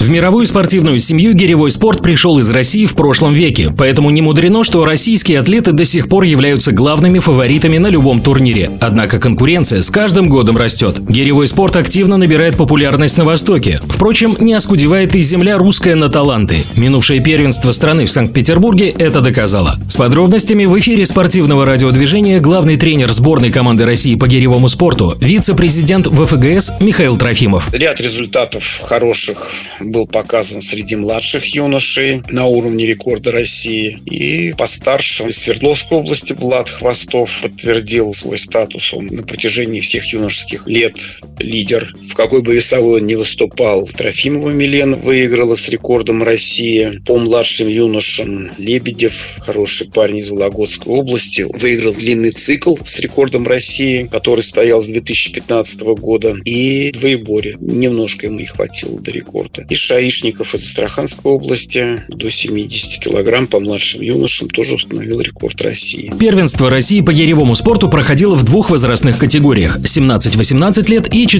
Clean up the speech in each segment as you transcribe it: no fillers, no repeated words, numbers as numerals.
В мировую спортивную семью гиревой спорт пришел из России в прошлом веке, поэтому не мудрено, что российские атлеты до сих пор являются главными фаворитами на любом турнире. Однако конкуренция с каждым годом растет. Гиревой спорт активно набирает популярность на Востоке. Впрочем, не оскудевает и земля русская на таланты. Минувшее первенство страны в Санкт-Петербурге это доказало. С подробностями в эфире спортивного радиодвижения главный тренер сборной команды России по гиревому спорту, вице-президент ВФГС Михаил Трофимов. Ряд результатов хороших был показан среди младших юношей на уровне рекорда России. И постарше из Свердловской области Влад Хвостов подтвердил свой статус. Он на протяжении всех юношеских лет лидер. В какой бы весовой он ни выступал, Трофимова Милена выиграла с рекордом России. По младшим юношам Лебедев, хороший парень из Вологодской области, выиграл длинный цикл с рекордом России, который стоял с 2015 года. И двоеборье. Немножко ему не хватило до рекорда. И Шаишников из Астраханской области до 70 килограмм по младшим юношам тоже установил рекорд России. Первенство России по гиревому спорту проходило в двух возрастных категориях – 17-18 лет и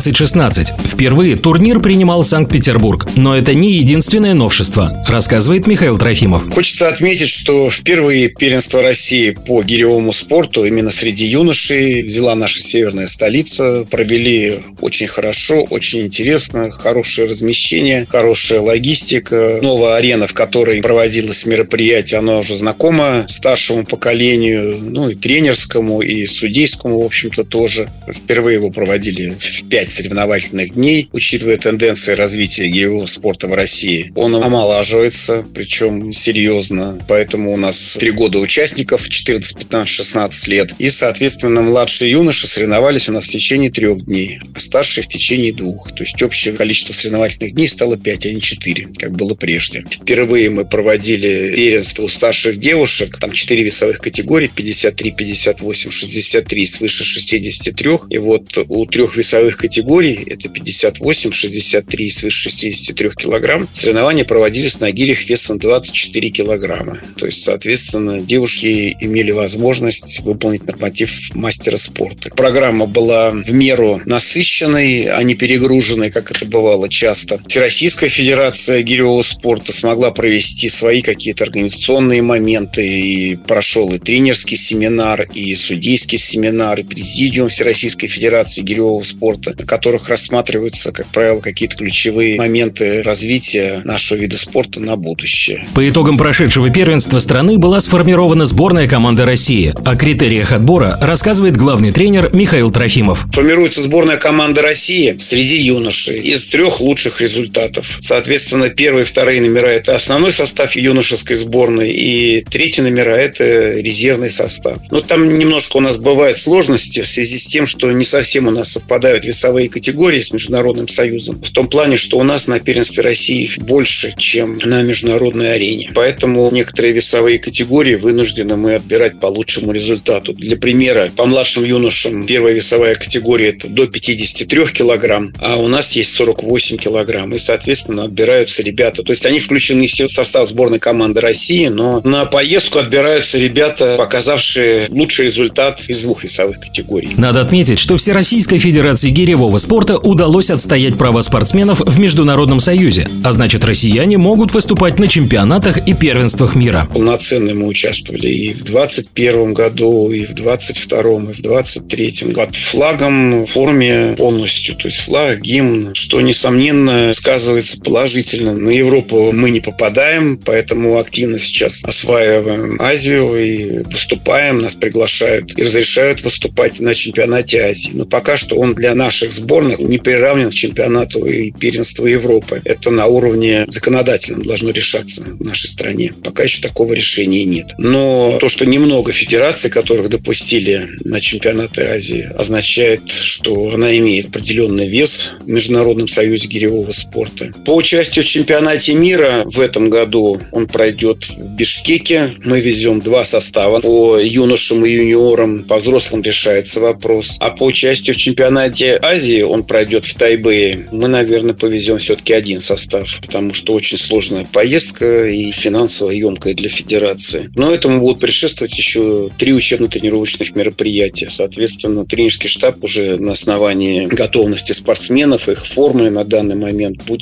14-16. Впервые турнир принимал Санкт-Петербург. Но это не единственное новшество, рассказывает Михаил Трофимов. Хочется отметить, что впервые первенство России по гиревому спорту именно среди юношей взяла наша северная столица. Провели очень хорошо, очень интересно, хорошее размещение, хорошая логистика. Новая арена, в которой проводилось мероприятие, она уже знакома старшему поколению, и тренерскому, и судейскому, в общем-то, тоже. Впервые его проводили в 5 соревновательных дней, учитывая тенденции развития гиревого спорта в России. Он омолаживается, причем серьезно. Поэтому у нас 3 года участников, 14, 15, 16 лет. И, соответственно, младшие юноши соревновались у нас в течение 3 дней, а старшие в течение 2. То есть общее количество соревновательных дней стало 5, а не 4, как было прежде. Впервые мы проводили первенство у старших девушек. Там 4 весовых категории: 53, 58, 63, свыше 63. И вот у 3 весовых категорий, это 58, 63 и свыше 63 килограмм, соревнования проводились на гирях весом 24 килограмма. То есть, соответственно, девушки имели возможность выполнить норматив мастера спорта. Программа была в меру насыщенной, а не перегруженной, как это бывало часто. Всероссийская федерация гиревого спорта смогла провести свои какие-то организационные моменты, и прошел и тренерский семинар, и судейский семинар, и президиум Всероссийской федерации гиревого спорта, на которых рассматриваются, как правило, какие-то ключевые моменты развития нашего вида спорта на будущее. По итогам прошедшего первенства страны была сформирована сборная команды России. О критериях отбора рассказывает главный тренер Михаил Трофимов. Формируется сборная команды России среди юношей из 3 лучших результатов. Соответственно, 1 и 2 номера – это основной состав юношеской сборной, и 3 номера – это резервный состав. Но там немножко у нас бывают сложности в связи с тем, что не совсем у нас совпадают весовые категории с Международным союзом. В том плане, что у нас на первенстве России их больше, чем на международной арене. Поэтому некоторые весовые категории вынуждены мы отбирать по лучшему результату. Для примера, по младшим юношам 1 весовая категория – это до 53 килограмм, а у нас есть 48 килограмм. И, соответственно, отбираются ребята. То есть они включены все в состав сборной команды России, но на поездку отбираются ребята, показавшие лучший результат из 2 весовых категорий. Надо отметить, что Всероссийской федерации гиревого спорта удалось отстоять права спортсменов в Международном союзе, а значит, россияне могут выступать на чемпионатах и первенствах мира. Полноценно мы участвовали и в 2021 году, и в 2022, и в 2023. Под флагом в форме полностью. То есть флаг, гимн, что, несомненно, сказывается положительно. На Европу мы не попадаем, поэтому активно сейчас осваиваем Азию и выступаем. Нас приглашают и разрешают выступать на чемпионате Азии. Но пока что он для наших сборных не приравнен к чемпионату и первенству Европы. Это на уровне законодательном должно решаться в нашей стране. Пока еще такого решения нет. Но то, что немного федераций, которых допустили на чемпионаты Азии, означает, что она имеет определенный вес в Международном союзе гиревого спорта. По участию в чемпионате мира в этом году он пройдет в Бишкеке. Мы везем 2 состава. По юношам и юниорам, по взрослым решается вопрос. А по участию в чемпионате Азии он пройдет в Тайбэе. Мы, наверное, повезем все-таки 1 состав, потому что очень сложная поездка и финансово емкая для федерации. Но этому будут предшествовать еще 3 учебно-тренировочных мероприятия. Соответственно, тренерский штаб уже на основании готовности спортсменов, их формы на данный момент будет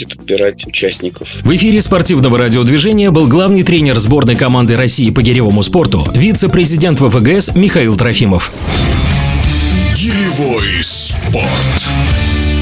будет отбирать участников. В эфире спортивного радиодвижения был главный тренер сборной команды России по гиревому спорту, вице-президент ВФГС Михаил Трофимов. Гиревой спорт.